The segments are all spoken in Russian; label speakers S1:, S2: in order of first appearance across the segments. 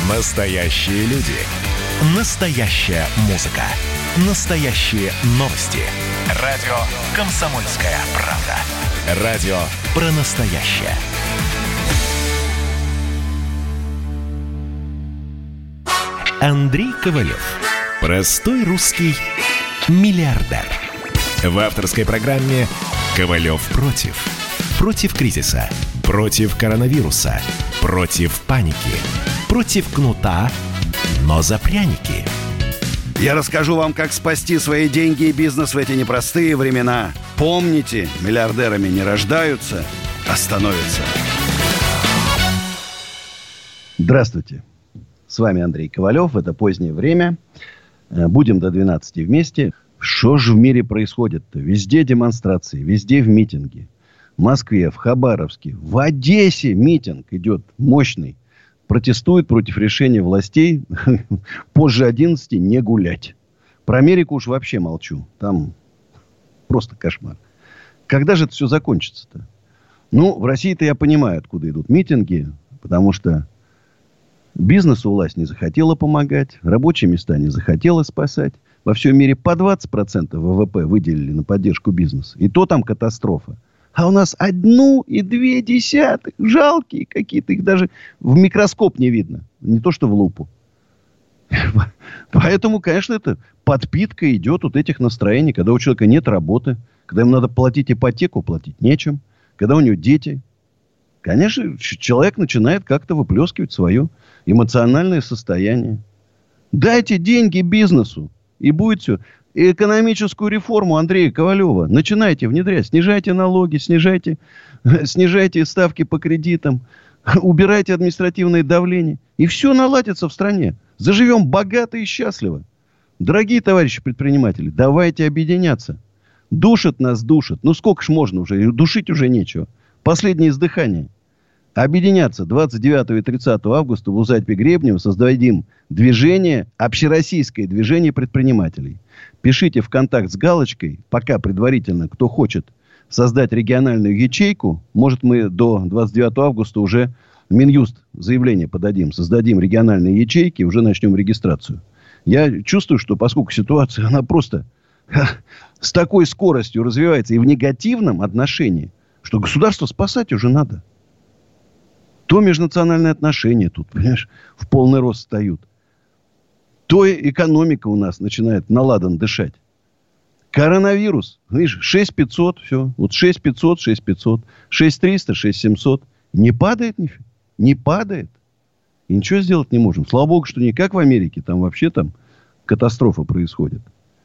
S1: Настоящие люди. Настоящая музыка. Настоящие новости. Радио «Комсомольская правда». Радио про настоящее. Андрей Ковалев. Простой русский миллиардер. В авторской программе «Ковалев против». Против кризиса. Против коронавируса. Против паники. Против кнута, но за пряники.
S2: Я расскажу вам, как спасти свои деньги и бизнес в эти непростые времена. Помните, миллиардерами не рождаются, а становятся. Здравствуйте. С вами Андрей Ковалев. Это позднее время. Будем до 12 вместе. Что же в мире происходит-то? Везде демонстрации, везде в митинги. В Москве, в Хабаровске, в Одессе митинг идет мощный. Протестуют против решения властей позже 11 не гулять. Про Америку уж вообще молчу. Там просто кошмар. Когда же это все закончится-то? Ну, в России-то я понимаю, откуда идут митинги. Потому что бизнесу власть не захотела помогать. Рабочие места не захотела спасать. Во всем мире по 20% ВВП выделили на поддержку бизнеса. И то там катастрофа. А у нас 1,2. Жалкие какие-то. Их даже в микроскоп не видно. Не то, что в лупу. Поэтому, конечно, это подпитка идет вот этих настроений. Когда у человека нет работы. Когда ему надо платить ипотеку, платить нечем. Когда у него дети. Конечно, человек начинает как-то выплескивать свое эмоциональное состояние. Дайте деньги бизнесу. И будет все. И экономическую реформу Андрея Ковалева начинайте внедрять. Снижайте налоги, снижайте ставки по кредитам. Убирайте административное давление. И все наладится в стране. Заживем богато и счастливо. Дорогие товарищи предприниматели, давайте объединяться. Душат нас, душат. Ну сколько ж можно уже? Душить уже нечего. Последнее издыхание. Объединяться 29 и 30 августа в усадьбе Гребнева создадим движение, общероссийское движение предпринимателей. Пишите в контакт с галочкой, пока предварительно, кто хочет создать региональную ячейку. Может, мы до 29 августа уже в Минюст заявление подадим. Создадим региональные ячейки, уже начнем регистрацию. Я чувствую, что поскольку ситуация, она просто с такой скоростью развивается и в негативном отношении, что государство спасать уже надо. То межнациональные отношения тут, понимаешь, в полный рост встают. То и экономика у нас начинает наладан дышать. Коронавирус. Видишь, 6500, все. Вот 6500, 6500. 6300, 6700. Не падает нифига. Не падает. И ничего сделать не можем. Слава богу, что не как в Америке. Там вообще там катастрофа происходит.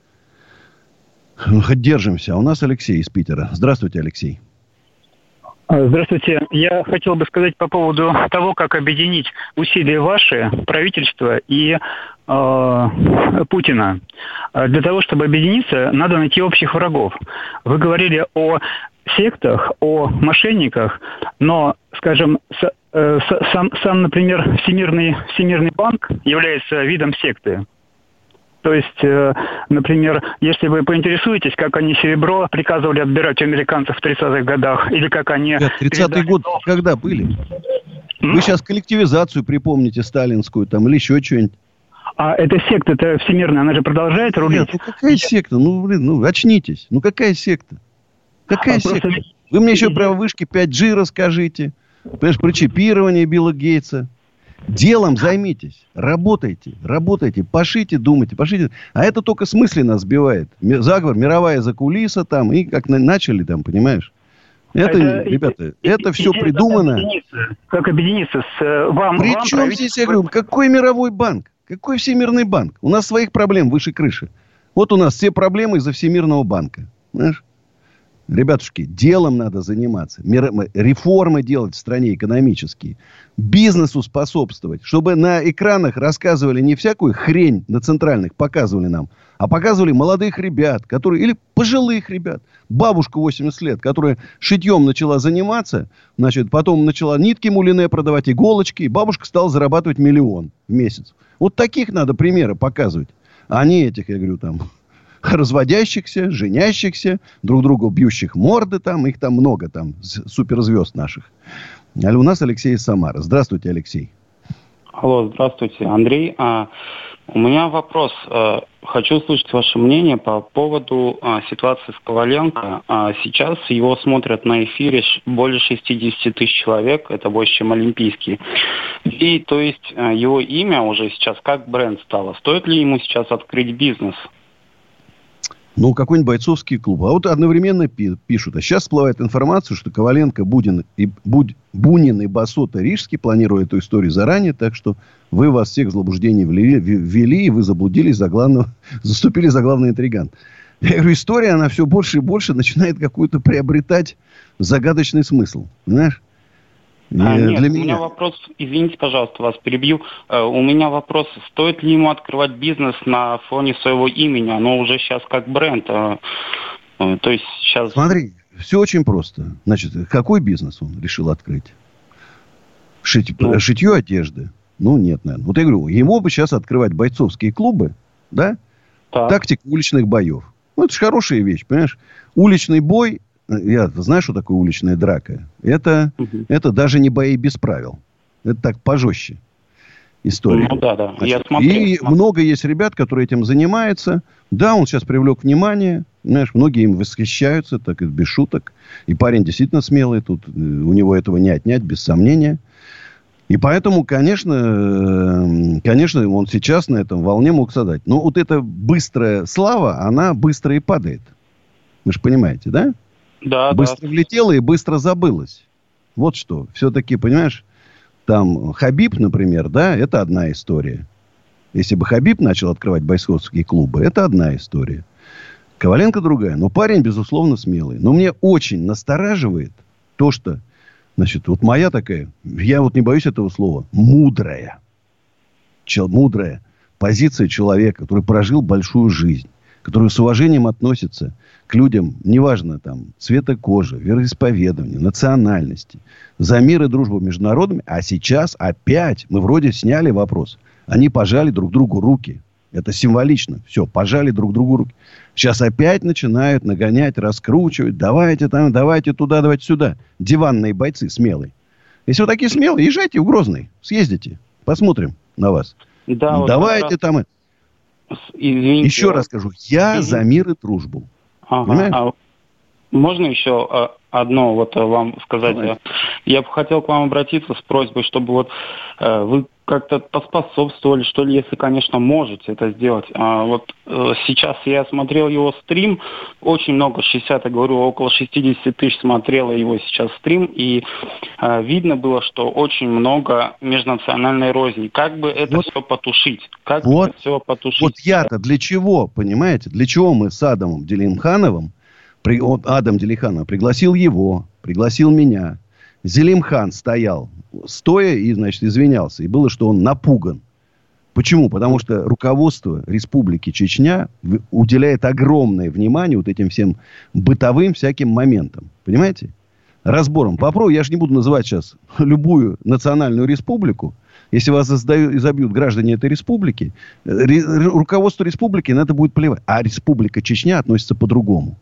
S2: Ну, хоть держимся. А у нас Алексей из Питера. Здравствуйте, Алексей.
S3: Здравствуйте. Я хотел бы сказать по поводу того, как объединить усилия ваши, правительства и Путина. Для того, чтобы объединиться, надо найти общих врагов. Вы говорили о сектах, о мошенниках, но, скажем, сам, например, Всемирный банк является видом секты. То есть, например, если вы поинтересуетесь, как они серебро приказывали отбирать у американцев в 30-х годах, или как они...
S2: 30-й год когда были? Вы сейчас коллективизацию припомните сталинскую там или еще что-нибудь.
S3: А эта секта-то всемирная, она же продолжает рулить?
S2: Нет, ну какая секта? Ну, очнитесь. Ну, какая секта? Какая секта? Просто... Вы мне еще про вышки 5G расскажите. Понимаешь, про чипирование Билла Гейтса. Делом займитесь. Работайте. Пошите, думайте. А это только с мысли нас сбивает. Заговор, мировая закулиса там. И как начали там, понимаешь? Ребята, это все придумано.
S3: Как объединиться с вам?
S2: Причем здесь, я говорю, какой мировой банк? Какой Всемирный банк? У нас своих проблем выше крыши. Вот у нас все проблемы из-за Всемирного банка. Знаешь? Ребятушки, делом надо заниматься. Реформы делать в стране экономические. Бизнесу способствовать. Чтобы на экранах рассказывали не всякую хрень на центральных, показывали нам. А показывали молодых ребят, которые... Или пожилых ребят. Бабушка 80 лет, которая шитьем начала заниматься. Значит, потом начала нитки мулине продавать, иголочки. И бабушка стала зарабатывать 1 миллион в месяц. Вот таких надо примеры показывать. А не этих, я говорю, там... разводящихся, женящихся, друг другу бьющих морды там. Их там много, там, суперзвезд наших. У нас Алексей из Самары. Здравствуйте, Алексей.
S4: Алло, здравствуйте, Андрей. У меня вопрос. Хочу услышать ваше мнение по поводу ситуации с Коваленко. Сейчас его смотрят на эфире более 60 тысяч человек, это больше, чем олимпийский. И то есть его имя уже сейчас как бренд стало. Стоит ли ему сейчас открыть бизнес?
S2: Ну, какой-нибудь бойцовский клуб. А вот одновременно пишут. А сейчас всплывает информация, что Коваленко, Бунин и Басота Рижский планировали эту историю заранее. Так что вас всех в заблуждение ввели, и вы заблудились заступили за главный интригант. Я говорю, история, она все больше и больше начинает какой-то приобретать загадочный смысл. Понимаешь?
S4: Нет, у меня вопрос, извините, пожалуйста, вас перебью. У меня вопрос, стоит ли ему открывать бизнес на фоне своего имени? Оно уже сейчас как бренд. То есть сейчас...
S2: Смотри, все очень просто. Значит, какой бизнес он решил открыть? Шитье одежды? Ну, нет, наверное. Вот я говорю, ему бы сейчас открывать бойцовские клубы, да?
S4: Так.
S2: Тактика уличных боев. Ну, это же хорошая вещь, понимаешь? Уличный бой... Знаешь, что такое уличная драка? Это даже не бои без правил. Это так пожестче история.
S4: Ну, да.
S2: Значит,
S4: Я смотрел.
S2: И много есть ребят, которые этим занимаются. Да, он сейчас привлек внимание. Знаешь, многие им восхищаются, так и без шуток. И парень действительно смелый. Тут у него этого не отнять, без сомнения. И поэтому, конечно, он сейчас на этом волне мог сказать. Но вот эта быстрая слава, она быстро и падает. Вы же понимаете, да?
S4: Да,
S2: быстро влетела и быстро забылась. Вот что. Все-таки, понимаешь, там Хабиб, например, да, это одна история. Если бы Хабиб начал открывать бойцовские клубы, это одна история. Коваленко другая. Но парень, безусловно, смелый. Но мне очень настораживает то, что, значит, вот моя такая, я вот не боюсь этого слова, мудрая позиция человека, который прожил большую жизнь, который с уважением относится к людям, неважно, там, цвета кожи, вероисповедания, национальности, за мир и дружбу между народами. А сейчас опять мы вроде сняли вопрос. Они пожали друг другу руки. Это символично. Все, пожали друг другу руки. Сейчас опять начинают нагонять, раскручивать. Давайте там, давайте туда, давайте сюда. Диванные бойцы смелые. Если вы такие смелые, езжайте в Грозный. Съездите. Посмотрим на вас.
S4: Да, вот
S2: давайте там...
S4: Извините,
S2: еще раз скажу. Я за мир и дружбу.
S4: Ага. Можно еще одно вот вам сказать? Давайте. Я бы хотел к вам обратиться с просьбой, чтобы вот вы как-то поспособствовали, что ли, если, конечно, можете это сделать. Вот сейчас я смотрел его стрим, очень много, 60, я говорю, около 60 тысяч смотрело его сейчас стрим, и видно было, что очень много межнациональной розни. Как бы это все потушить? Это все потушить?
S2: Вот я-то для чего, понимаете? Для чего мы с Адамом Делимхановым, Адам Делиханов пригласил его, пригласил меня. Зелимхан стоял стоя и, значит, извинялся. И было, что он напуган. Почему? Потому что руководство Республики Чечня уделяет огромное внимание вот этим всем бытовым всяким моментам. Понимаете? Разбором. Попробуй, я же не буду называть сейчас любую национальную республику. Если вас изобьют граждане этой республики, руководство республики на это будет плевать. А Республика Чечня относится по-другому.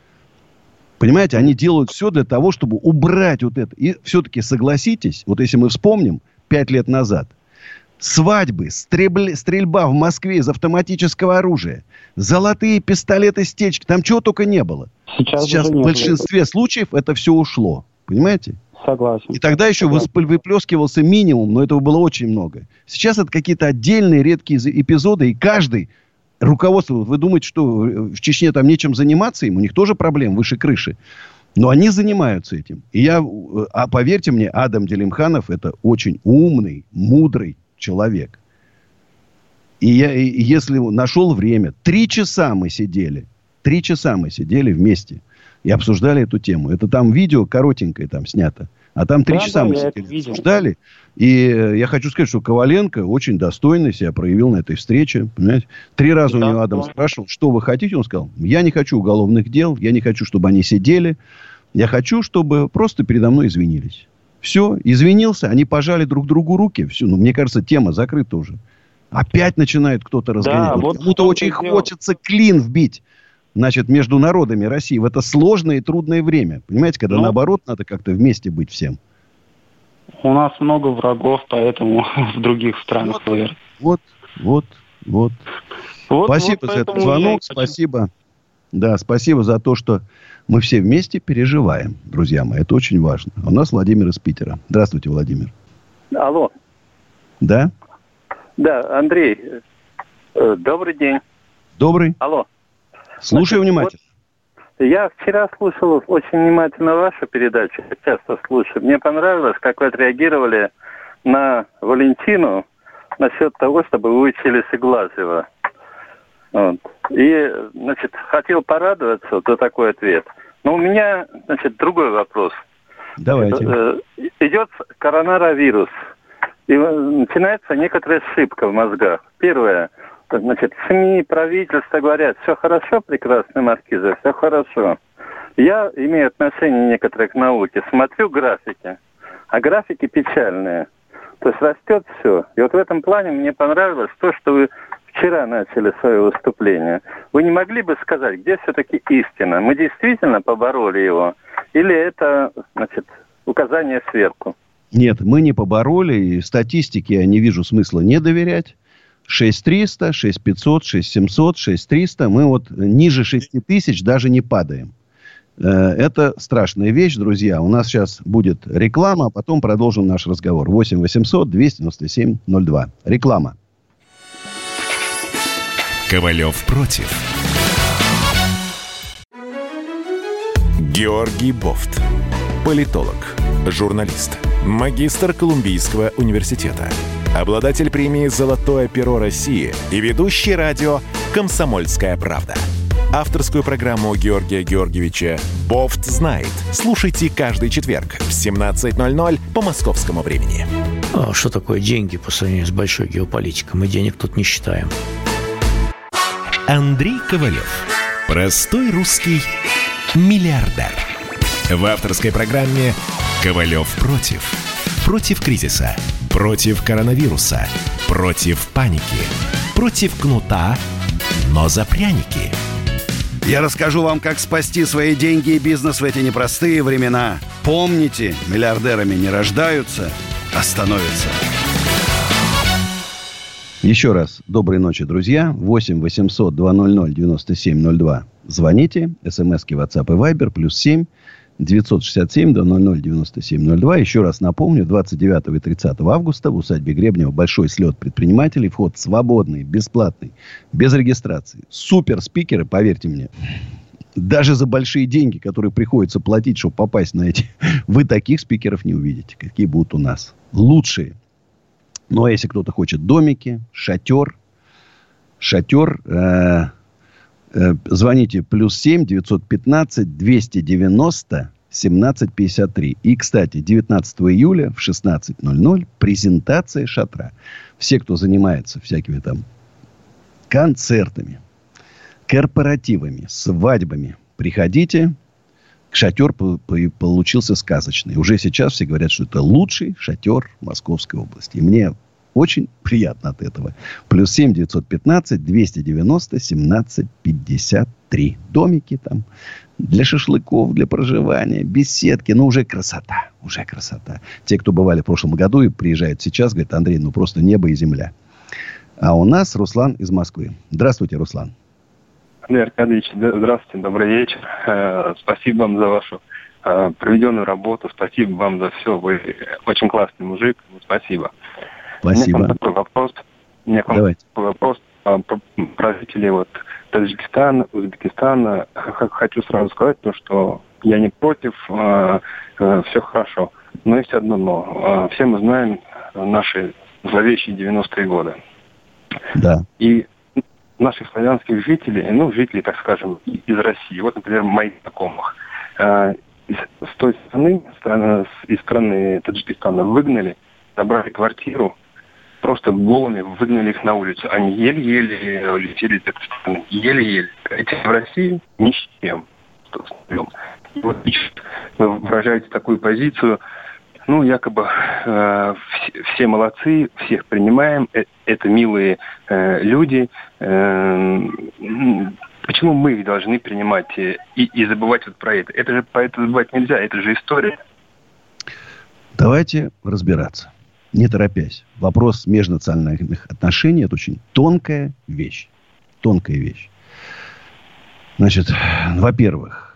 S2: Понимаете, они делают все для того, чтобы убрать вот это. И все-таки согласитесь, вот если мы вспомним 5 лет назад, свадьбы, стрельба в Москве из автоматического оружия, золотые пистолеты, стечки, там чего только не было. Сейчас в большинстве случаев это все ушло. Понимаете?
S4: Согласен.
S2: И тогда еще выплескивался минимум, но этого было очень много. Сейчас это какие-то отдельные редкие эпизоды, и каждый руководство, вы думаете, что в Чечне там нечем заниматься им? У них тоже проблем выше крыши. Но они занимаются этим. И поверьте мне, Адам Делимханов это очень умный, мудрый человек. И если нашел время, 3 часа мы сидели вместе и обсуждали эту тему. Это там видео коротенькое там снято. А там 3 часа мы сидели, обсуждали. И я хочу сказать, что Коваленко очень достойно себя проявил на этой встрече. Понимаете? 3 раза у него Адам спрашивал, что вы хотите. Он сказал, я не хочу уголовных дел, я не хочу, чтобы они сидели. Я хочу, чтобы просто передо мной извинились. Все, извинился, они пожали друг другу руки. Все, мне кажется, тема закрыта уже. Опять начинает кто-то разгонять.
S4: Вот
S2: кому-то очень хочется клин вбить. Значит, между народами России в это сложное и трудное время. Понимаете, когда наоборот надо как-то вместе быть всем.
S4: У нас много врагов, поэтому в других странах, наверное.
S2: Вот. Спасибо за этот звонок, спасибо. Да, спасибо за то, что мы все вместе переживаем, друзья мои. Это очень важно. У нас Владимир из Питера. Здравствуйте, Владимир.
S5: Алло.
S2: Да?
S5: Да, Андрей. Добрый день.
S2: Добрый.
S5: Алло.
S2: Слушаю внимательно.
S5: Вот я вчера слушал очень внимательно вашу передачу. Я часто слушаю. Мне понравилось, как вы отреагировали на Валентину насчет того, чтобы вы учились Иглазьева. Вот. И, значит, хотел порадоваться за такой ответ. Но у меня, значит, другой вопрос.
S2: Давайте.
S5: Идет коронавирус. И начинается некоторая ошибка в мозгах. Первое. Значит, СМИ, правительство говорят, все хорошо, прекрасный маркиза, все хорошо. Я имею отношение некоторое к науке, смотрю графики, а графики печальные. То есть растет все. И вот в этом плане мне понравилось то, что вы вчера начали свое выступление. Вы не могли бы сказать, где все-таки истина? Мы действительно побороли его? Или это, значит, указание сверху?
S2: Нет, мы не побороли. И статистике я не вижу смысла не доверять. 6300, 6500, 6700, 6300. Мы вот ниже 6000 даже не падаем. Это страшная вещь, друзья. У нас сейчас будет реклама, а потом продолжим наш разговор. 8 800 297 02. Реклама.
S1: Ковалев против. Георгий Бофт. Политолог, журналист, магистр Колумбийского университета, обладатель премии «Золотое перо России» и ведущий радио «Комсомольская правда». Авторскую программу Георгия Георгиевича «Бофт знает». Слушайте каждый четверг в 17:00 по московскому времени.
S6: А что такое деньги по сравнению с большой геополитикой? Мы денег тут не считаем.
S1: Андрей Ковалев. Простой русский миллиардер. В авторской программе «Ковалев против». Против кризиса, против коронавируса, против паники, против кнута, но за пряники.
S2: Я расскажу вам, как спасти свои деньги и бизнес в эти непростые времена. Помните, миллиардерами не рождаются, а становятся. Еще раз, доброй ночи, друзья. 8 800 200 9702. Звоните. СМСки, WhatsApp и Viber. +7 967 200 9702. Еще раз напомню, 29 и 30 августа в усадьбе Гребнева большой слет предпринимателей. Вход свободный, бесплатный, без регистрации. Супер спикеры, поверьте мне. Даже за большие деньги, которые приходится платить, чтобы попасть на эти, вы таких спикеров не увидите, какие будут у нас. Лучшие. Ну, а если кто-то хочет домики, шатер, звоните +7 915 290 1753. И, кстати, 19 июля в 16:00 презентация шатра. Все, кто занимается всякими там концертами, корпоративами, свадьбами, приходите. Шатер получился сказочный. Уже сейчас все говорят, что это лучший шатер Московской области. И мне очень приятно от этого. +7 915 290 1753. Домики там для шашлыков, для проживания, беседки. Ну, уже красота. Уже красота. Те, кто бывали в прошлом году и приезжают сейчас, говорят: Андрей, ну просто небо и земля. А у нас Руслан из Москвы. Здравствуйте, Руслан.
S7: Андрей Аркадьевич, здравствуйте, добрый вечер. Спасибо вам за вашу проведенную работу. Спасибо вам за все. Вы очень классный мужик. Спасибо.
S2: Спасибо.
S7: У меня такой вопрос. Про правителей Таджикистана, Узбекистана. Хочу сразу сказать, что я не против, все хорошо. Но есть одно но. Все мы знаем наши зловещие 90-е годы.
S2: Да.
S7: И наших славянских жителей, жителей, так скажем, из России, вот, например, моих знакомых, с той из страны Таджикистана выгнали, забрали квартиру, просто голыми выгнали их на улицу. Они еле-еле летели из этой страны. Еле-еле. Эти в России ни с чем. И вот вы выражаете такую позицию, якобы все молодцы, всех принимаем, это милые люди. Почему мы их должны принимать и забывать про это? Про это забывать нельзя, это же история.
S2: Давайте разбираться, не торопясь. Вопрос межнациональных отношений – это очень тонкая вещь. Тонкая вещь. Значит, во-первых,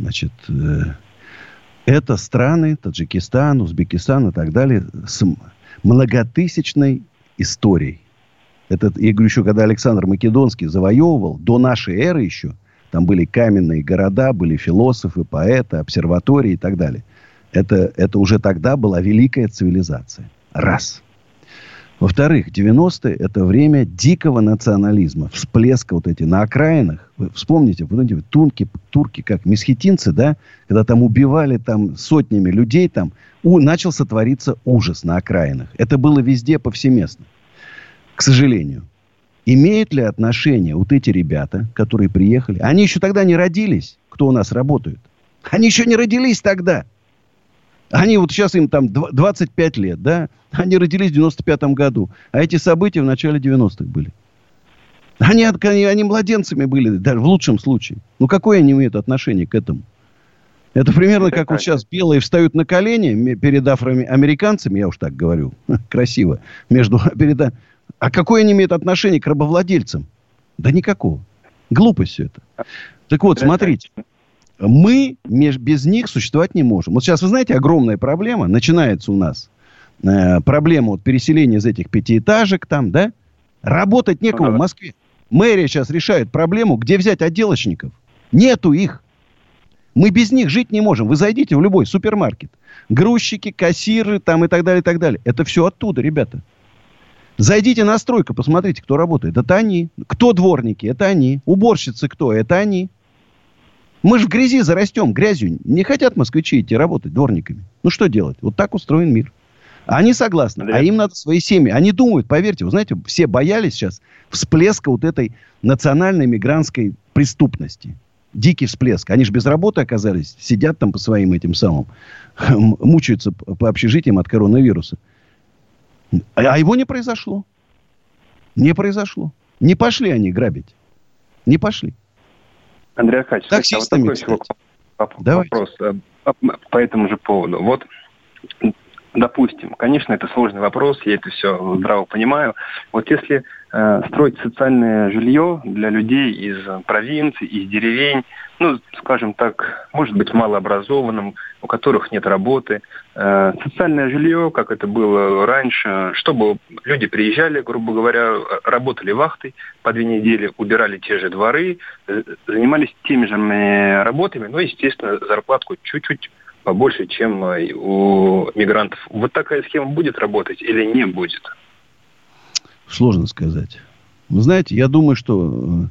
S2: это страны, Таджикистан, Узбекистан и так далее, с многотысячной историей. Это, я говорю, еще когда Александр Македонский завоевывал, до нашей эры еще, там были каменные города, были философы, поэты, обсерватории и так далее. Это уже тогда была великая цивилизация. Раз. Во-вторых, 90-е – это время дикого национализма, всплеска вот эти на окраинах. Вы вспомните, турки как месхетинцы, да, когда там убивали там сотнями людей, там начался твориться ужас на окраинах. Это было везде повсеместно. К сожалению. Имеют ли отношение вот эти ребята, которые приехали? Они еще тогда не родились, кто у нас работает. Они еще не родились тогда. Они вот сейчас им там 25 лет, да? Они родились в 95-м году. А эти события в начале 90-х были. Они младенцами были, даже в лучшем случае. Ну, какое они имеют отношение к этому? Это примерно как вот сейчас белые встают на колени перед афроамериканцами, я уж так говорю, красиво, а какое они имеют отношение к рабовладельцам? Да никакого. Глупость все это. Так вот, смотрите. Мы без них существовать не можем. Вот сейчас, вы знаете, огромная проблема. Начинается у нас проблема вот переселения из этих пятиэтажек там, да? Работать некому в Москве. Мэрия сейчас решает проблему, где взять отделочников. Нету их. Мы без них жить не можем. Вы зайдите в любой супермаркет. Грузчики, кассиры там и так далее, и так далее. Это все оттуда, ребята. Зайдите на стройку, посмотрите, кто работает. Это они. Кто дворники? Это они. Уборщицы кто? Это они. Мы же в грязи зарастем, грязью. Не хотят москвичи идти работать дворниками. Ну, что делать? Вот так устроен мир. Они согласны. А им надо свои семьи. Они думают, поверьте, вы знаете, все боялись сейчас всплеска вот этой национальной мигрантской преступности. Дикий всплеск. Они же без работы оказались. Сидят там по своим этим самым. Мучаются по общежитиям от коронавируса. А его не произошло. Не произошло. Не пошли они грабить. Не пошли.
S7: Андрей Аркадьевич, вот такой еще вопрос по этому же поводу. Вот, допустим, конечно, это сложный вопрос, я это все здраво понимаю. Вот если строить социальное жилье для людей из провинций, из деревень, ну, скажем так, может быть, малообразованным, у которых нет работы, социальное жилье, как это было раньше, чтобы люди приезжали, грубо говоря, работали вахтой по 2 недели, убирали те же дворы, занимались теми же работами, но, естественно, зарплатку чуть-чуть побольше, чем у мигрантов. Вот такая схема будет работать или не будет?
S2: Сложно сказать. Вы знаете, я думаю, что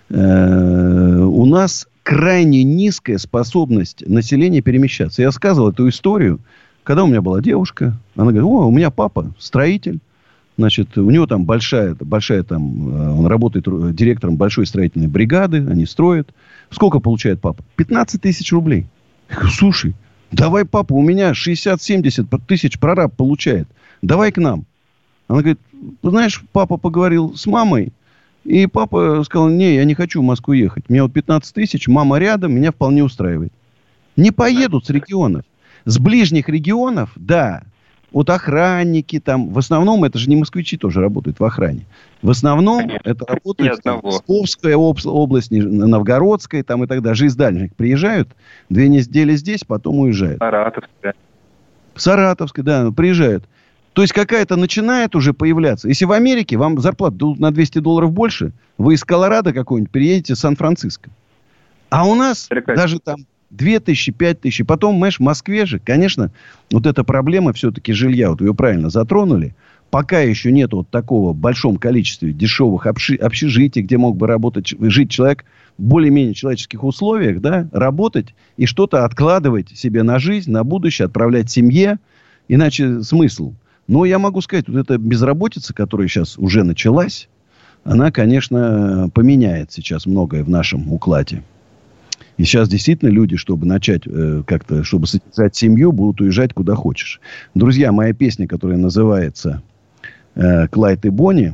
S2: у нас крайне низкая способность населения перемещаться. Я рассказывал эту историю, когда у меня была девушка. Она говорит, у меня папа строитель. Значит, у него там большая там, он работает директором большой строительной бригады. Они строят. Сколько получает папа? 15 тысяч рублей. Я говорю, слушай, давай, папа, у меня 60-70 тысяч прораб получает. Давай к нам. Она говорит, знаешь, папа поговорил с мамой, и папа сказал, не, я не хочу в Москву ехать. Мне вот 15 тысяч, мама рядом, меня вполне устраивает. Не поедут с регионов. С ближних регионов, да, вот охранники там, в основном, это же не москвичи тоже работают в охране. В основном это работает Псковская область, Новгородская там и так далее. Же из дальних приезжают, 2 недели здесь, потом уезжают. Саратовская, да, приезжают. То есть какая-то начинает уже появляться. Если в Америке вам зарплату дадут на $200 больше, вы из Колорадо какой-нибудь приедете в Сан-Франциско. А у нас даже там 2000, 5000. Потом, понимаешь, в Москве же, конечно, вот эта проблема все-таки жилья, вот вы ее правильно затронули. Пока еще нет вот такого в большом количестве дешевых общежитий, где мог бы работать, жить человек в более-менее человеческих условиях, да, работать и что-то откладывать себе на жизнь, на будущее, отправлять семье. Иначе смысл. Но я могу сказать, вот эта безработица, которая сейчас уже началась, она, конечно, поменяет сейчас многое в нашем укладе. И сейчас действительно люди, чтобы начать как-то, чтобы содержать семью, будут уезжать куда хочешь. Друзья, моя песня, которая называется «Клайд и Бонни».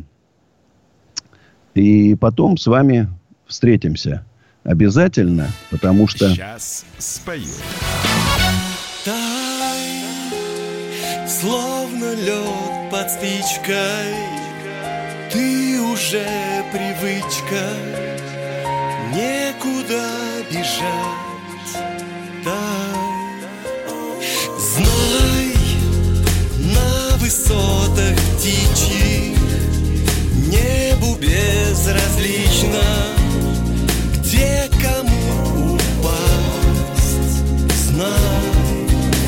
S2: И потом с вами встретимся обязательно, потому что...
S1: Сейчас спою.
S8: словно лед под спичкой. Ты уже привычка, некуда бежать. Знай, на высотах птичьих небу безразлично, где кому упасть. Знай,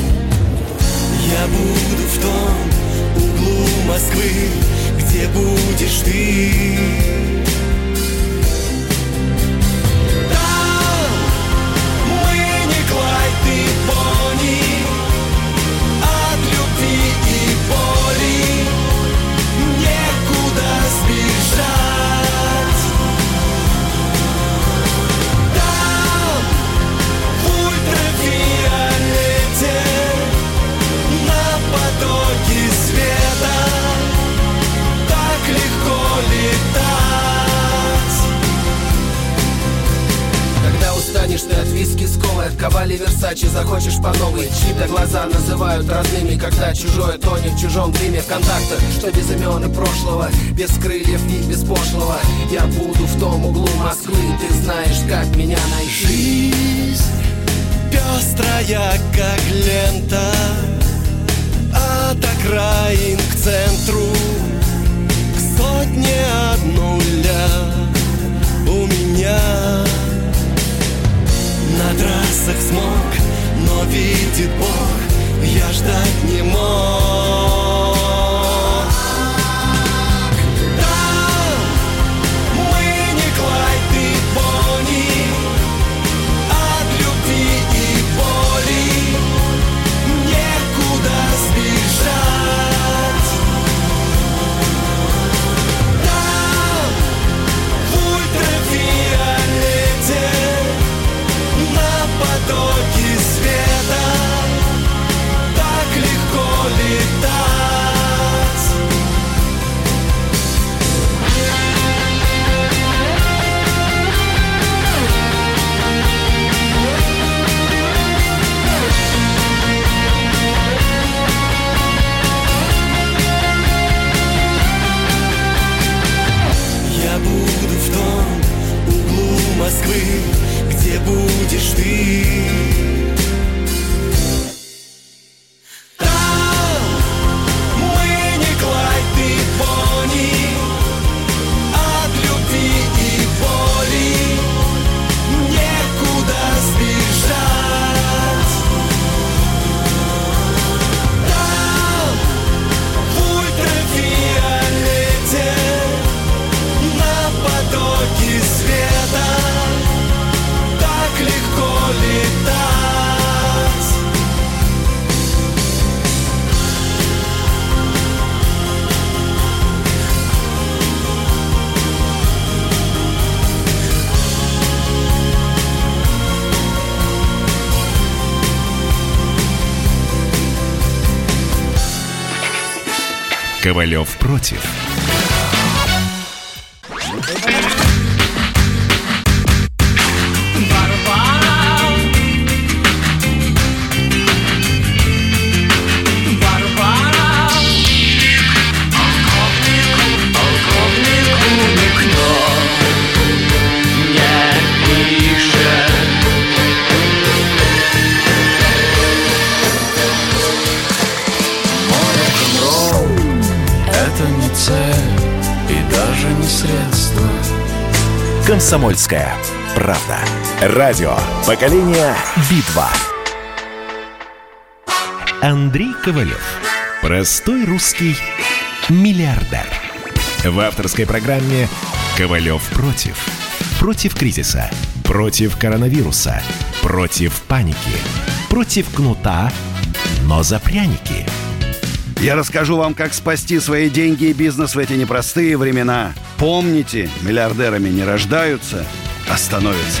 S8: я буду в том углу Москвы, где будешь ты. Там мы не Клайд и Бонни, от любви и боли некуда сбежать. Там в ультрафиолете на потоке света так легко летать.
S9: Когда устанешь ты от виски с колой, от Кавали Версачи захочешь по новой. Чьи-то глаза называют родными, когда чужое тонет в чужом дыме. Контактах, что без имен и прошлого, без крыльев и без пошлого. Я буду в том углу Москвы, ты знаешь, как меня найти.
S8: Жизнь пестрая, как лента, от окраин к центру, к сотне от нуля. У меня на трассах смог, но видит Бог, я ждать не мог. Там мы не Клайд и Бонни, от любви и боли некуда сбежать. Там в ультрафиолете на потоке света так легко летать. Я буду в том углу Москвы, где будешь ты. Там мы не Клайд и Бонни, от любви и боли некуда сбежать. Там в ультрафиолете на потоке света так легко летать.
S1: Ковалев против. «Комсомольская правда». Радио «Поколение Битва». Андрей Ковалев. Простой русский миллиардер. В авторской программе «Ковалев против». Против кризиса, против коронавируса, против паники, против кнута, но за пряники.
S2: Я расскажу вам, как спасти свои деньги и бизнес в эти непростые времена. Помните, миллиардерами не рождаются, а становятся.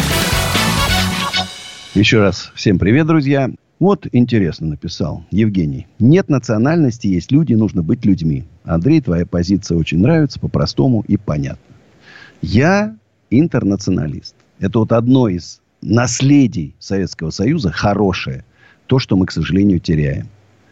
S2: Еще раз всем привет, друзья. Вот интересно написал Евгений. Нет национальности, есть люди, нужно быть людьми. Андрей, твоя позиция очень нравится, по-простому и понятно. Я интернационалист. Это вот одно из наследий Советского Союза, хорошее. То, что мы, к сожалению, теряем.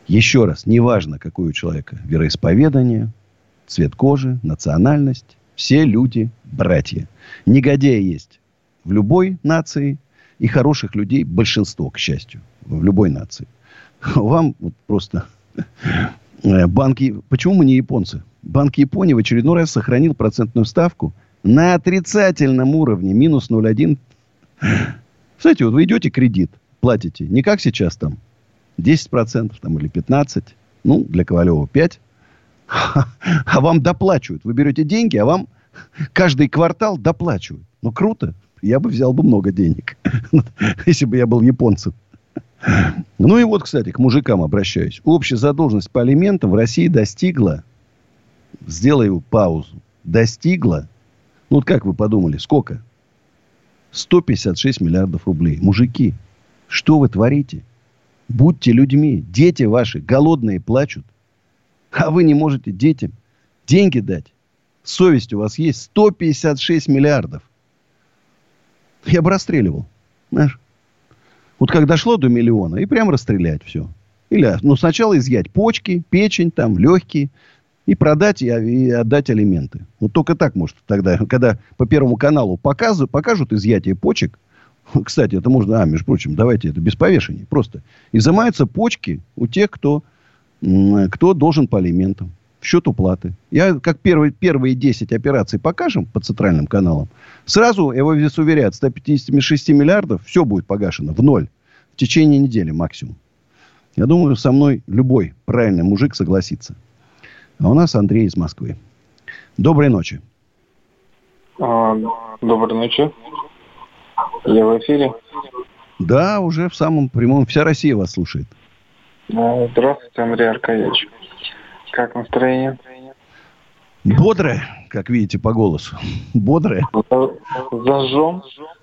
S2: Еще раз, неважно, какое у человека вероисповедание, цвет кожи, национальность, все люди братья. Негодяи есть в любой нации, и хороших людей большинство, к счастью, в любой нации. Вам вот просто банки... Почему мы не японцы? Банк Японии в очередной раз сохранил процентную ставку на отрицательном уровне, минус 0,1. Кстати, вот вы идете кредит, платите, не как сейчас там, 10% там, или 15%, ну, для Ковалева 5%, а вам доплачивают. Вы берете деньги, а вам каждый квартал доплачивают. Ну, круто. Я бы взял много денег, если бы я был японцем. Ну и вот, кстати, к мужикам обращаюсь. Общая задолженность по алиментам в России достигла, сделаю паузу, достигла, ну вот как вы подумали, сколько? 156 миллиардов рублей. Мужики, что вы творите? Будьте людьми. Дети ваши голодные плачут. А вы не можете детям деньги дать. Совесть у вас есть 156 миллиардов. Я бы расстреливал. Знаешь? Вот как дошло до миллиона, и прям расстрелять все. Или, ну, сначала изъять почки, печень, там, легкие, и продать, и отдать алименты. Вот только так может тогда, когда по Первому каналу покажут изъятие почек. Кстати, это можно, между прочим, давайте это без повешения. Просто изымаются почки у тех, кто должен по алиментам. В счет уплаты. Я, как первые 10 операций покажем по центральным каналам, сразу, я вас уверяю, от 156 миллиардов все будет погашено в ноль. В течение недели максимум. Я думаю, со мной любой правильный мужик согласится. А у нас Андрей из Москвы. Доброй ночи.
S10: Доброй ночи. Я в эфире?
S2: Да, уже в самом прямом. Вся Россия вас слушает.
S10: Здравствуйте, Андрей Аркадьевич. Как настроение?
S2: Бодрое, как видите по голосу. Бодрое.
S10: Зажжем.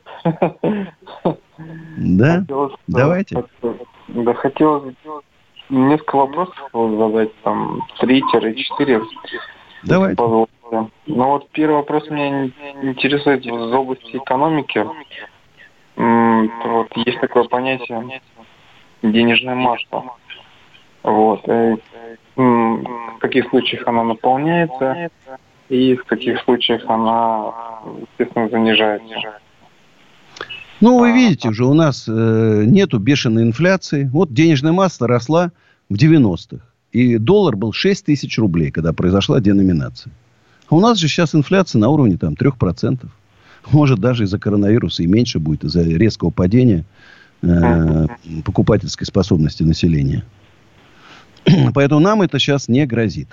S2: Да? Давайте.
S10: Да, хотелось несколько вопросов задать, там, 3-4.
S2: Давайте.
S10: Ну вот первый вопрос меня интересует из области экономики. Вот есть такое понятие денежная масса. Вот. В каких случаях она наполняется и в каких случаях она, естественно, занижается.
S2: Ну, вы видите уже, у нас нету бешеной инфляции. Вот денежная масса росла в 90-х. И доллар был 6 тысяч рублей, когда произошла деноминация. А у нас же сейчас инфляция на уровне там 3%. Может, даже из-за коронавируса и меньше будет, из-за резкого падения покупательской способности населения. Поэтому нам это сейчас не грозит.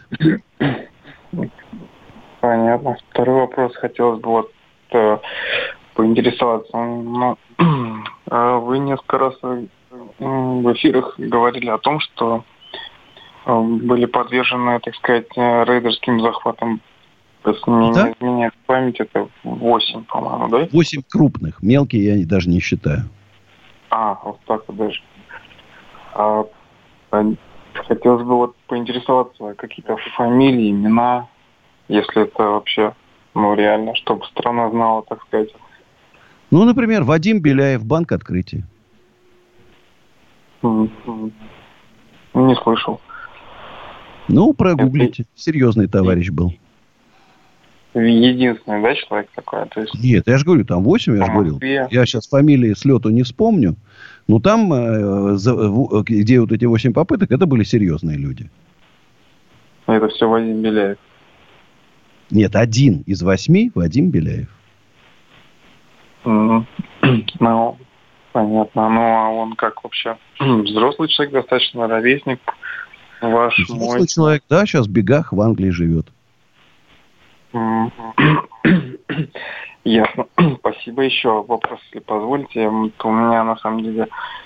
S10: Понятно. Второй вопрос хотелось бы вот поинтересоваться. Ну, вы несколько раз в эфирах говорили о том, что были подвержены, так сказать, рейдерским захватам. Если мне не изменяет память, это 8, по-моему, да?
S2: 8 крупных. Мелкие я даже не считаю.
S10: Вот так вот даже. Хотелось бы вот поинтересоваться, какие-то фамилии, имена, если это вообще, реально, чтобы страна знала, так сказать.
S2: Ну, например, Вадим Беляев, Банк Открытия.
S10: Не слышал.
S2: Ну, прогуглите. Серьезный товарищ был.
S10: Единственный, да, человек такой? То есть...
S2: Нет, я же говорю, там 8, я же говорил. Я сейчас фамилии с лету не вспомню. Но там, где вот эти 8 попыток, это были серьезные люди.
S10: Это все Вадим Беляев?
S2: Нет, 1 из 8 Вадим Беляев.
S10: Ну, понятно. Ну, а он как вообще? Взрослый человек, достаточно ровесник ваш,
S2: взрослый
S10: мой?
S2: Человек, да, сейчас в бегах в Англии живет.
S10: Ясно. Спасибо. Еще вопрос, если позволите. У меня, на самом деле,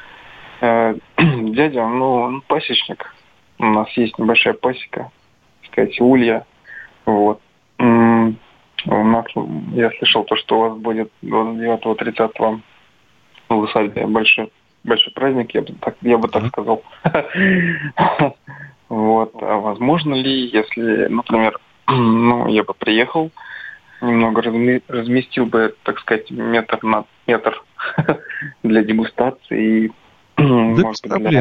S10: дядя, он пасечник. У нас есть небольшая пасека, так сказать, улья. Вот. У нас, я слышал, что у вас будет 29-30 в усадьбе большой праздник, я бы так сказал. Вот. А возможно ли, если, например, я бы приехал, немного разместил бы, так сказать, метр на метр для дегустации.
S2: Да без проблем.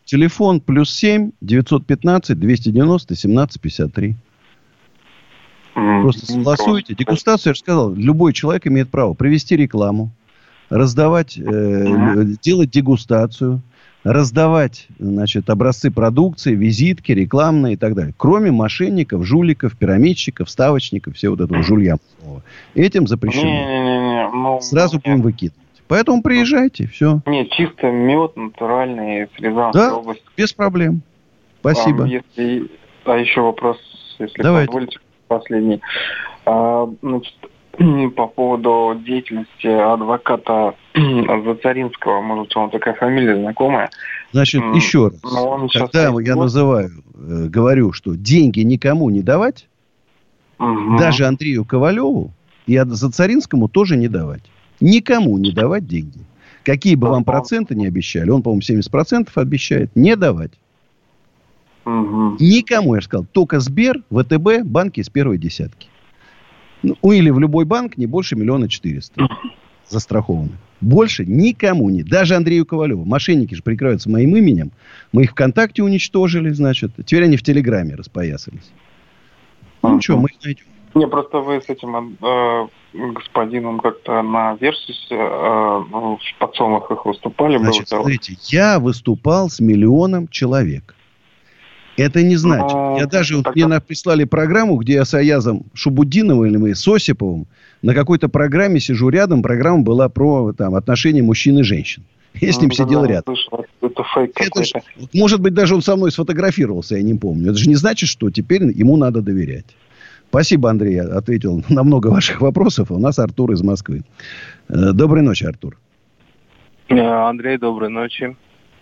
S2: Телефон +7 915 290 17 53. Просто согласуйте. Дегустацию, я же сказал, любой человек имеет право провести рекламу, раздавать, делать дегустацию, раздавать, значит, образцы продукции, визитки, рекламные и так далее. Кроме мошенников, жуликов, пирамидщиков, ставочников, все вот этого жулья. Этим запрещено. Сразу будем выкидывать. Поэтому приезжайте, все.
S10: Нет, чисто мед натуральный из Рязанской области.
S2: Без проблем. Спасибо.
S10: Еще вопрос, если позволите, последний. Значит, по поводу деятельности адвоката Зацаринского, может, вам такая фамилия знакомая?
S2: Значит, еще раз. Когда я говорю, что деньги никому не давать, даже Андрею Ковалеву и Зацаринскому тоже не давать. Никому не давать деньги. Какие бы вам проценты не обещали, он, по-моему, 70% обещает, не давать. Никому, я же сказал, только Сбер, ВТБ, банки из первой десятки. Ну, или в любой банк не больше 1 400 000 застрахованы. Больше никому не. Даже Андрею Ковалеву. Мошенники же прикрываются моим именем. Мы их ВКонтакте уничтожили, значит. Теперь они в Телеграме распоясались. Ну, что, мы их найдем.
S10: Не, просто вы с этим господином как-то на Версусе в подсолнухах выступали.
S2: Значит, смотрите, я выступал с 1 миллионом человек. Это не значит. Я даже мне прислали программу, где я с Аязом Шубудиновым или с Осиповым на какой-то программе сижу рядом. Программа была про отношения мужчин и женщин. Я с ним сидел рядом.
S10: Это фейк какой-то.
S2: Может быть, даже он со мной сфотографировался, я не помню. Это же не значит, что теперь ему надо доверять. Спасибо, Андрей. Я ответил на много ваших вопросов. У нас Артур из Москвы. Доброй ночи, Артур.
S11: Андрей, доброй ночи.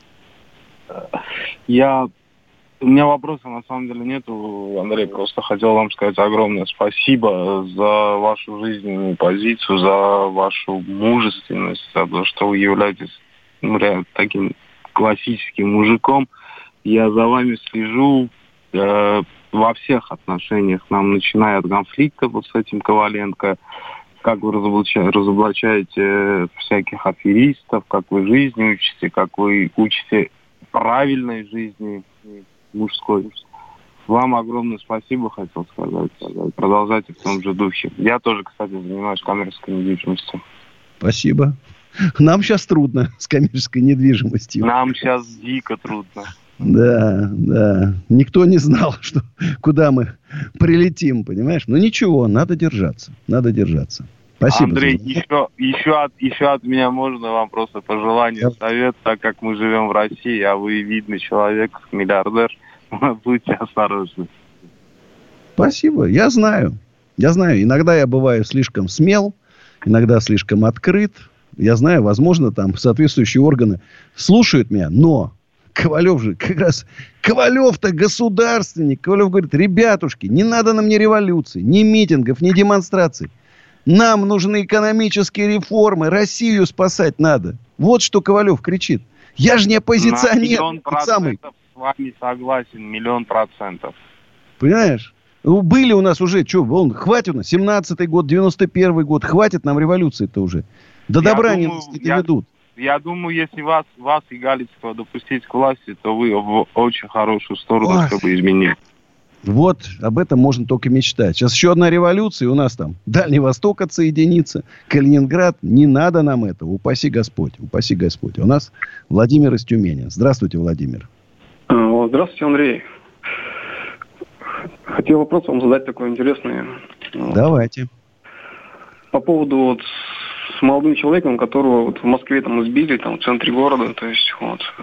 S11: У меня вопросов на самом деле нету, Андрей. Просто хотел вам сказать огромное спасибо за вашу жизненную позицию, за вашу мужественность, за то, что вы являетесь реально таким классическим мужиком. Я за вами слежу во всех отношениях, начиная от конфликта вот с этим Коваленко, как вы разоблачаете всяких аферистов, как вы жизни учите, как вы учите правильной жизни мужской. Вам огромное спасибо, хотел сказать. Продолжайте в том же духе. Я тоже, кстати, занимаюсь коммерческой недвижимостью.
S2: Спасибо. Нам сейчас трудно с коммерческой недвижимостью.
S11: Нам сейчас дико трудно.
S2: Да. Никто не знал, куда мы прилетим, понимаешь? Но ничего, надо держаться. Спасибо.
S11: Андрей, еще от меня можно вам просто пожелание, совет, так как мы живем в России, а вы видный человек, миллиардер, будьте осторожны.
S2: Спасибо. Я знаю. Иногда я бываю слишком смел, иногда слишком открыт. Я знаю, возможно, там соответствующие органы слушают меня, но Ковалев же как раз... Ковалев-то государственник. Ковалев говорит, ребятушки, не надо нам ни революции, ни митингов, ни демонстраций. Нам нужны экономические реформы. Россию спасать надо. Вот что Ковалев кричит. Я же не оппозиционер.
S11: На 100% с вами согласен. 100%.
S2: Понимаешь? Были у нас уже, хватит у нас, 17-й год, 91-й год. Хватит нам революции-то уже. До добра они нас не доведут.
S11: Я думаю, если вас и Галицкого допустить к власти, то вы в очень хорошую сторону изменили.
S2: Вот, об этом можно только мечтать. Сейчас еще одна революция, и у нас там Дальний Восток отсоединится, Калининград. Не надо нам этого. Упаси Господь. У нас Владимир из Тюмени. Здравствуйте, Владимир.
S12: Здравствуйте, Андрей. Хотел вопрос вам задать такой интересный.
S2: Давайте.
S12: По поводу с молодым человеком, которого в Москве избили, в центре города. То есть,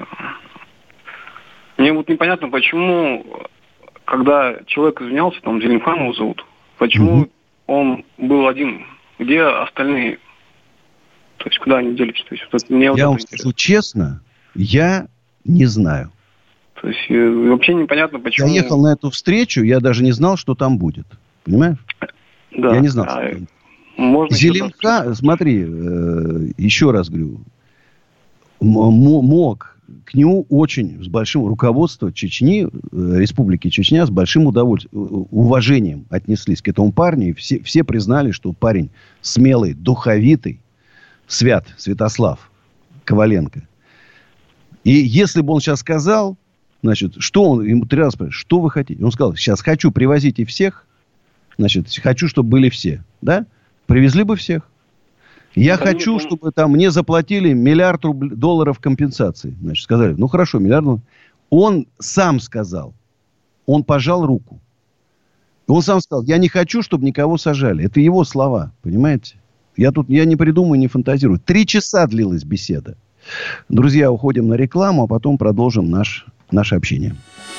S12: мне непонятно, почему... Когда человек извинялся, Зелимхан его зовут, почему он был один? Где остальные? То есть, куда они делись? То есть,
S2: я вам скажу честно, я не знаю.
S12: То есть, вообще непонятно, почему...
S2: Я ехал на эту встречу, я даже не знал, что там будет. Понимаешь?
S12: Да.
S2: Я не знал, что там будет. Зелимхан, смотри, еще раз говорю, мог... К нему очень с большим руководством Чечни, Республики Чечня, с большим уважением отнеслись к этому парню. И все признали, что парень смелый, духовитый, Святослав Коваленко. И если бы он сейчас сказал, значит, что он, ему 3 раза спрашивают, что вы хотите? Он сказал, сейчас хочу, привозите всех, значит, хочу, чтобы были все, да? Привезли бы всех. Я хочу, чтобы там мне заплатили $1 миллиард долларов компенсации. Значит, сказали, ну хорошо, $1 миллиард. Он сам сказал, он пожал руку. Он сам сказал, я не хочу, чтобы никого сажали. Это его слова, понимаете? Я не придумаю, не фантазирую. 3 часа длилась беседа. Друзья, уходим на рекламу, а потом продолжим наше общение.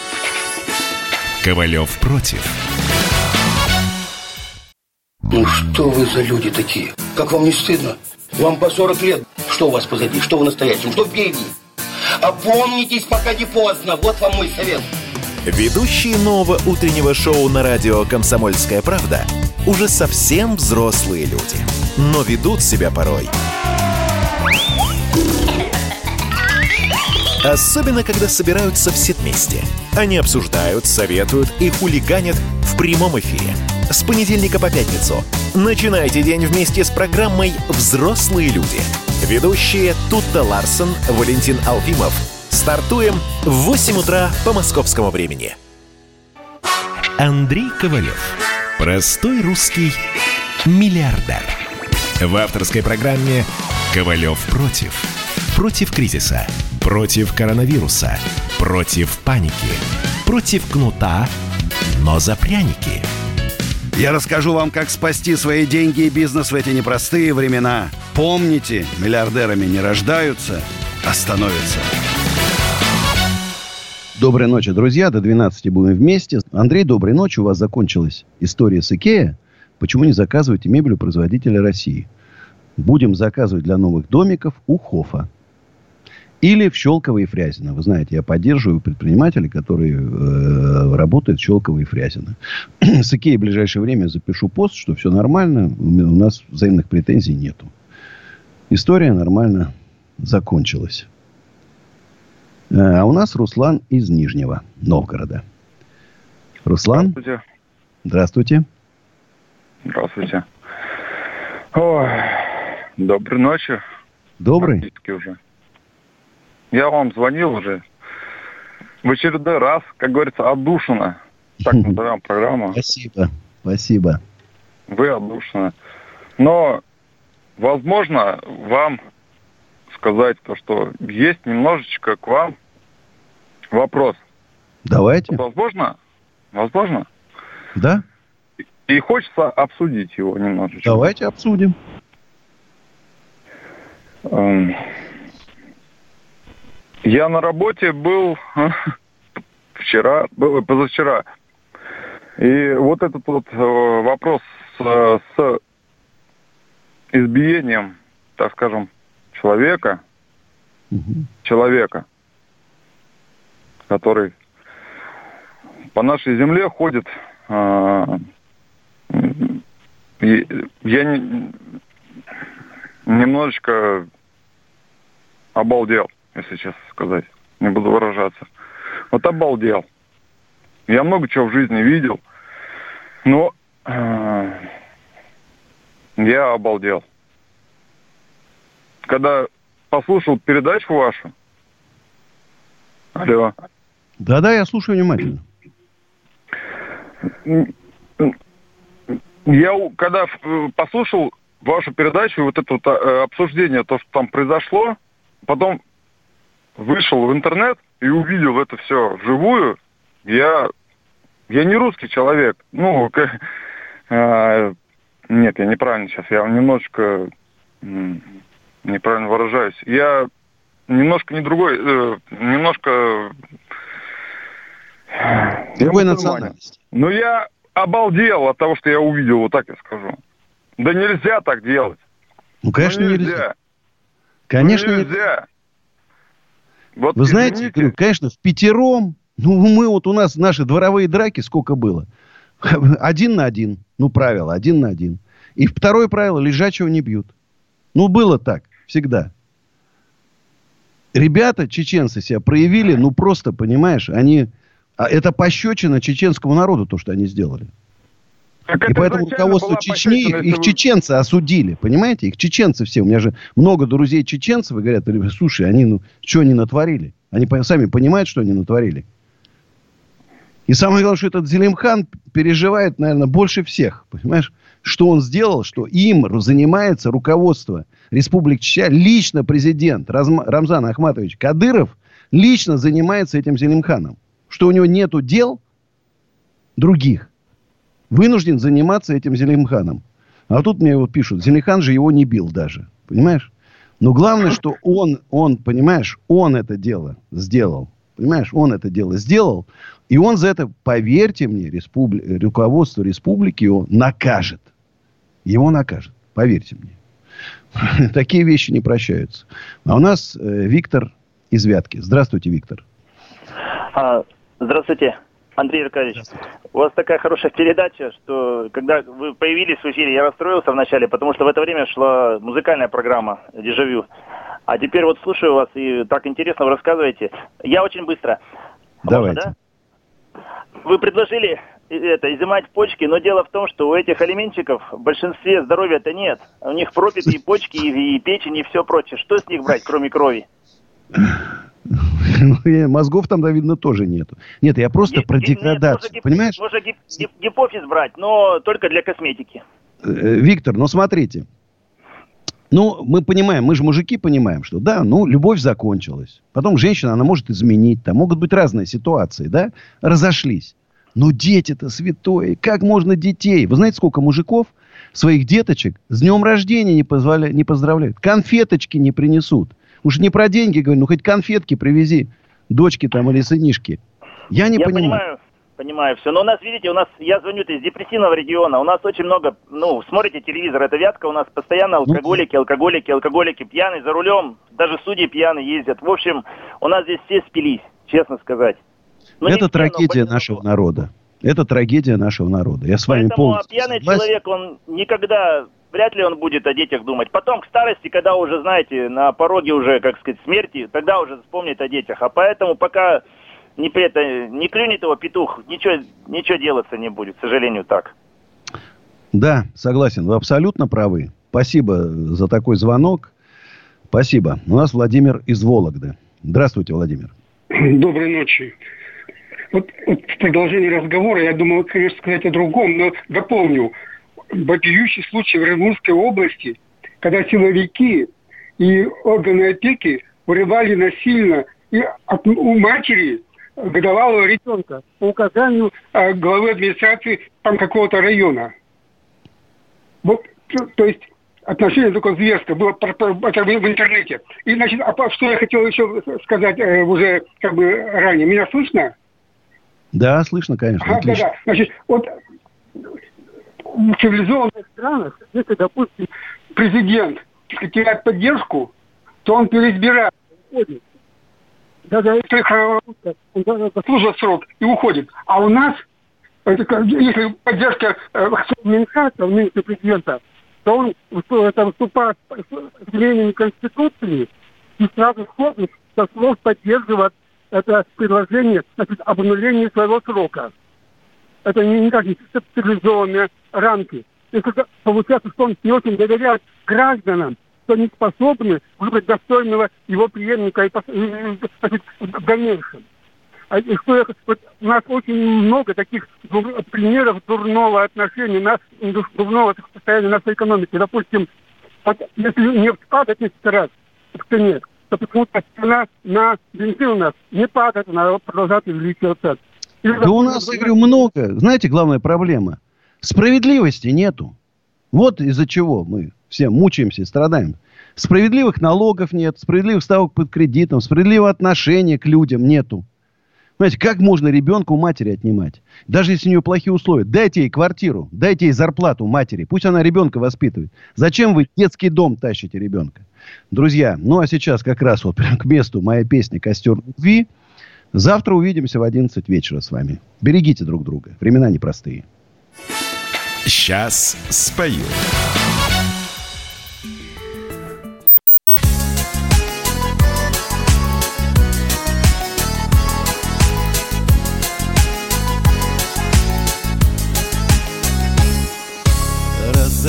S1: Ковалев против.
S13: Ну что вы за люди такие? Как вам не стыдно? Вам по 40 лет. Что у вас позади? Что в настоящем? Что впереди? Опомнитесь, пока не поздно. Вот вам мой совет.
S1: Ведущие нового утреннего шоу на радио «Комсомольская правда» уже совсем взрослые люди. Но ведут себя порой. Особенно, когда собираются все вместе. Они обсуждают, советуют и хулиганят в прямом эфире. С понедельника по пятницу. Начинайте день вместе с программой «Взрослые люди». Ведущие Тутта Ларсон, Валентин Алфимов. Стартуем в 8 утра по московскому времени. Андрей Ковалев. Простой русский миллиардер. В авторской программе «Ковалев против». Против кризиса. Против коронавируса. Против паники. Против кнута, но за пряники.
S2: Я расскажу вам, как спасти свои деньги и бизнес в эти непростые времена. Помните, миллиардерами не рождаются, а становятся. Доброй ночи, друзья. До 12 будем вместе. Андрей, доброй ночи. У вас закончилась история с Икеа. Почему не заказываете мебель у производителя России? Будем заказывать для новых домиков у Хофа. Или в Щелково и Фрязино. Вы знаете, я поддерживаю предпринимателей, которые работают в Щелково и Фрязино. С Икеей в ближайшее время запишу пост, что все нормально. У нас взаимных претензий нету. История нормально закончилась. А у нас Руслан из Нижнего Новгорода. Руслан?
S14: Здравствуйте.
S2: Здравствуйте.
S14: Здравствуйте. Ой, доброй ночи.
S2: Добрый.
S14: Уже. Я вам звонил уже в очередной раз, как говорится, отдушина. Так назовем программу.
S2: Спасибо. Спасибо.
S14: Вы отдушина. Но, возможно, вам сказать то, что есть немножечко к вам вопрос.
S2: Давайте.
S14: Возможно? Возможно?
S2: Да.
S14: И хочется обсудить его немножечко.
S2: Давайте обсудим.
S14: Я на работе был позавчера. И вот этот вот вопрос с избиением, так скажем, человека, который по нашей земле ходит, я немножечко обалдел, если честно сказать. Не буду выражаться. Вот обалдел. Я много чего в жизни видел, но я обалдел. Когда послушал передачу вашу. Алло.
S2: Да-да, я слушаю внимательно.
S14: Я когда послушал вашу передачу, вот это вот обсуждение, то, что там произошло, потом вышел в интернет и увидел это все вживую. Я не русский человек. Ну, нет, я неправильно сейчас. Я немножечко неправильно выражаюсь. Я немножко не другой, немножко...
S2: Другой национальности.
S14: Но я обалдел от того, что я увидел, вот так я скажу. Да нельзя так делать.
S2: Ну, конечно, нельзя. Конечно,
S14: нельзя. Вот
S2: вы знаете, говорю, конечно, впятером, у нас наши дворовые драки сколько было? 1 на 1. Правило, 1 на 1. И второе правило, лежачего не бьют. Было так, всегда. Ребята, чеченцы, себя проявили, просто, понимаешь, это пощечина чеченскому народу, то, что они сделали. И поэтому руководство Чечни, их чеченцы осудили, понимаете? Их чеченцы все. У меня же много друзей чеченцев, и говорят, слушай, они, что они натворили? Они сами понимают, что они натворили. И самое главное, что этот Зелимхан переживает, наверное, больше всех. Понимаешь? Что он сделал, что им занимается руководство Республики Чечня. Лично президент Рамзан Ахматович Кадыров лично занимается этим Зелимханом. Что у него нету дел других. Вынужден заниматься этим Зелимханом. А тут мне вот пишут, Зелимхан же его не бил даже. Понимаешь? Но главное, что он, понимаешь, он это дело сделал. Понимаешь, он это дело сделал. И он за это, поверьте мне, руководство республики его накажет. Его накажет. Поверьте мне. Такие вещи не прощаются. А у нас Виктор из Вятки. Здравствуйте, Виктор.
S15: Здравствуйте, Андрей Аркадьевич. У вас такая хорошая передача, что когда вы появились в эфире, я расстроился вначале, потому что в это время шла музыкальная программа «Дежавю». А теперь вот слушаю вас, и так интересно вы рассказываете. Я очень быстро.
S2: Давайте.
S15: Можно, да? Вы предложили изымать почки, но дело в том, что у этих алименщиков в большинстве здоровья-то нет. У них пропиты и почки, и печень, и все прочее. Что с них брать, кроме крови?
S2: Мозгов там, да, видно, тоже нету. Нет, я просто про деградацию. Понимаешь?
S15: Можно гипофиз брать, но только для косметики.
S2: Виктор, ну смотрите. Ну, мы понимаем, мы же мужики понимаем, что да, ну, любовь закончилась. Потом женщина, она может изменить. Там могут быть разные ситуации, да? Разошлись. Но дети-то святое. Как можно детей? Вы знаете, сколько мужиков своих деточек с днем рождения не поздравляют? Конфеточки не принесут. Уж не про деньги говорю, ну хоть конфетки привези дочке там или сынишке. Я не понимаю.
S15: Понимаю все. Но у нас, видите, я звоню из депрессивного региона, у нас очень много, смотрите телевизор, это Вятка, у нас постоянно алкоголики, пьяные за рулем, даже судьи пьяные ездят. В общем, у нас здесь все спились, честно сказать.
S2: Это трагедия нашего народа. Это трагедия нашего народа. Я с вами полностью
S15: пьяный
S2: согласен.
S15: Человек, он никогда, вряд ли он будет о детях думать. Потом к старости, когда уже, знаете, на пороге уже, как сказать, смерти, тогда уже вспомнит о детях. А поэтому пока не клюнет его петух, ничего делаться не будет, к сожалению, так.
S2: Да, согласен, вы абсолютно правы. Спасибо за такой звонок. Спасибо. У нас Владимир из Вологды. Здравствуйте, Владимир.
S16: Доброй ночи. Вот в продолжении разговора, я думал, конечно, сказать о другом, но дополню. Вопиющий случай в Рыбинской области, когда силовики и органы опеки вырывали насильно у матери годовалого ребенка по указанию главы администрации там какого-то района. Вот, то есть отношение такое зверское было это в интернете. И, значит, что я хотел еще сказать уже как бы ранее. Меня слышно?
S2: Да, слышно, конечно.
S16: Да. Значит, вот в цивилизованных странах, если, допустим, президент теряет поддержку, то он переизбирает, уходит. Даже если он заслужил срок и уходит. А у нас, если поддержка администрации, нынешнего президента, то он выступает с изменением Конституции и сразу входит со слов поддерживать это предложение, значит, об обнулении своего срока. Это никак не цивилизованные рамки. Если получается, что он не очень доверяет гражданам, что не способны выбрать достойного его преемника значит, в дальнейшем. У нас очень много таких примеров дурного отношения, дурного состояния нашей экономики. Допустим, если нефть падает несколько раз в цене, то почему-то цена на бензин у нас не падает, она продолжает увеличиваться.
S2: Да у нас, я говорю, много. Знаете, главная проблема? Справедливости нету. Вот из-за чего мы все мучаемся и страдаем. Справедливых налогов нет, справедливых ставок под кредитом, справедливого отношения к людям нету. Понимаете, как можно ребенка у матери отнимать? Даже если у нее плохие условия. Дайте ей квартиру, дайте ей зарплату матери. Пусть она ребенка воспитывает. Зачем вы в детский дом тащите ребенка? Друзья, ну а сейчас как раз вот прям к месту моя песня «Костер любви». Завтра увидимся в 11 вечера с вами. Берегите друг друга. Времена непростые.
S1: Сейчас спою.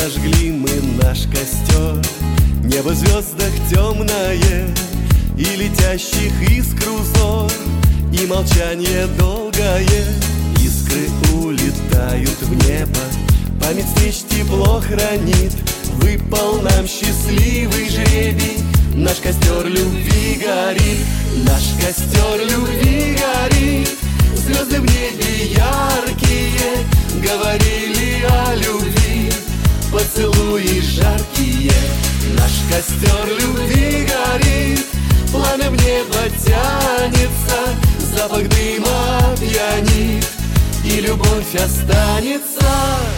S8: Разожгли мы наш костер. Небо в звездах темное, и летящих искр узор, и молчание долгое. Искры улетают в небо, память встреч тепло хранит. Выпал нам счастливый жребий, наш костер любви горит. Наш костер любви горит. Звезды в небе яркие говорили о любви, поцелуи жаркие. Наш костер любви горит, пламя в небо тянется, запах дыма пьянит, и любовь останется.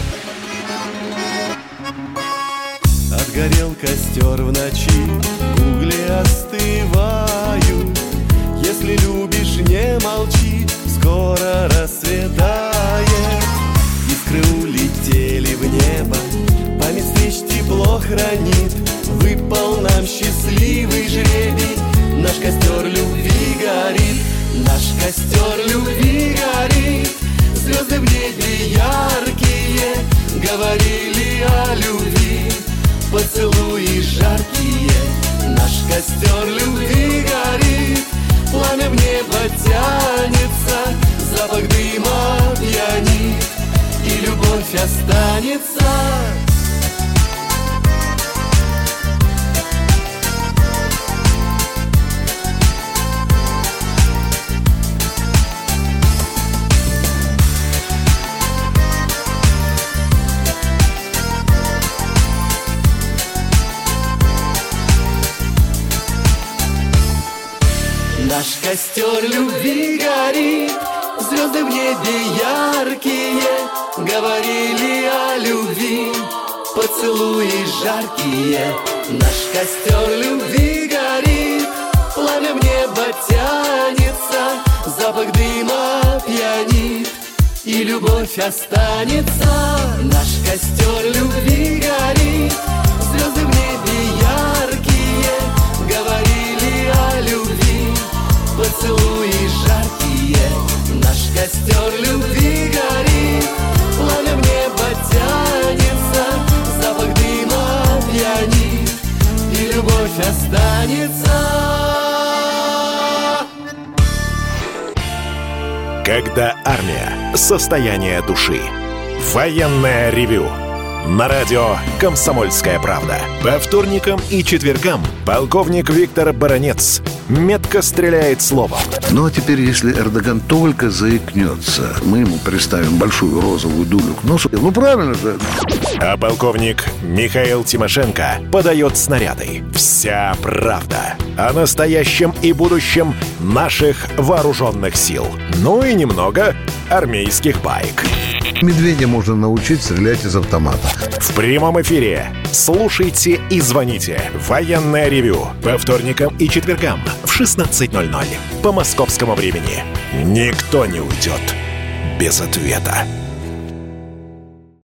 S8: Отгорел костер в ночи, угли остывают. Если любишь, не молчи, скоро рассветает. Искры улетели в небо, память встреч тепло хранит. Выпал нам счастливый жребий, наш костер любви горит. Наш костер любви горит. Звезды в небе яркие говорили о любви, поцелуи жаркие. Наш костер любви горит, пламя в небо тянется, запах дыма пьянит, и любовь останется. Наш костер любви горит, звезды в небе яркие говорили о любви, поцелуи жаркие. Наш костер любви горит, пламя в небо тянется, запах дыма пьянит, и любовь останется. Наш костер любви горит, звезды в небе яркие говорили о любви, поцелуи жаркие. Наш костер любви горит, пламя в небо тянется, запах дыма пьянит, и любовь останется.
S1: Когда армия. Состояние души. Военное ревю. На радио «Комсомольская правда». По вторникам и четвергам полковник Виктор Баранец метко стреляет словом.
S17: Ну а теперь, если Эрдоган только заикнется, мы ему приставим большую розовую дулю к носу. Ну правильно же.
S1: А полковник Михаил Тимошенко подает снаряды. Вся правда о настоящем и будущем наших вооруженных сил. Ну и немного армейских баек.
S17: Медведя можно научить стрелять из автомата.
S1: В прямом эфире слушайте и звоните. Военное ревю по вторникам и четвергам в 16:00 по московскому времени. Никто не уйдет без ответа.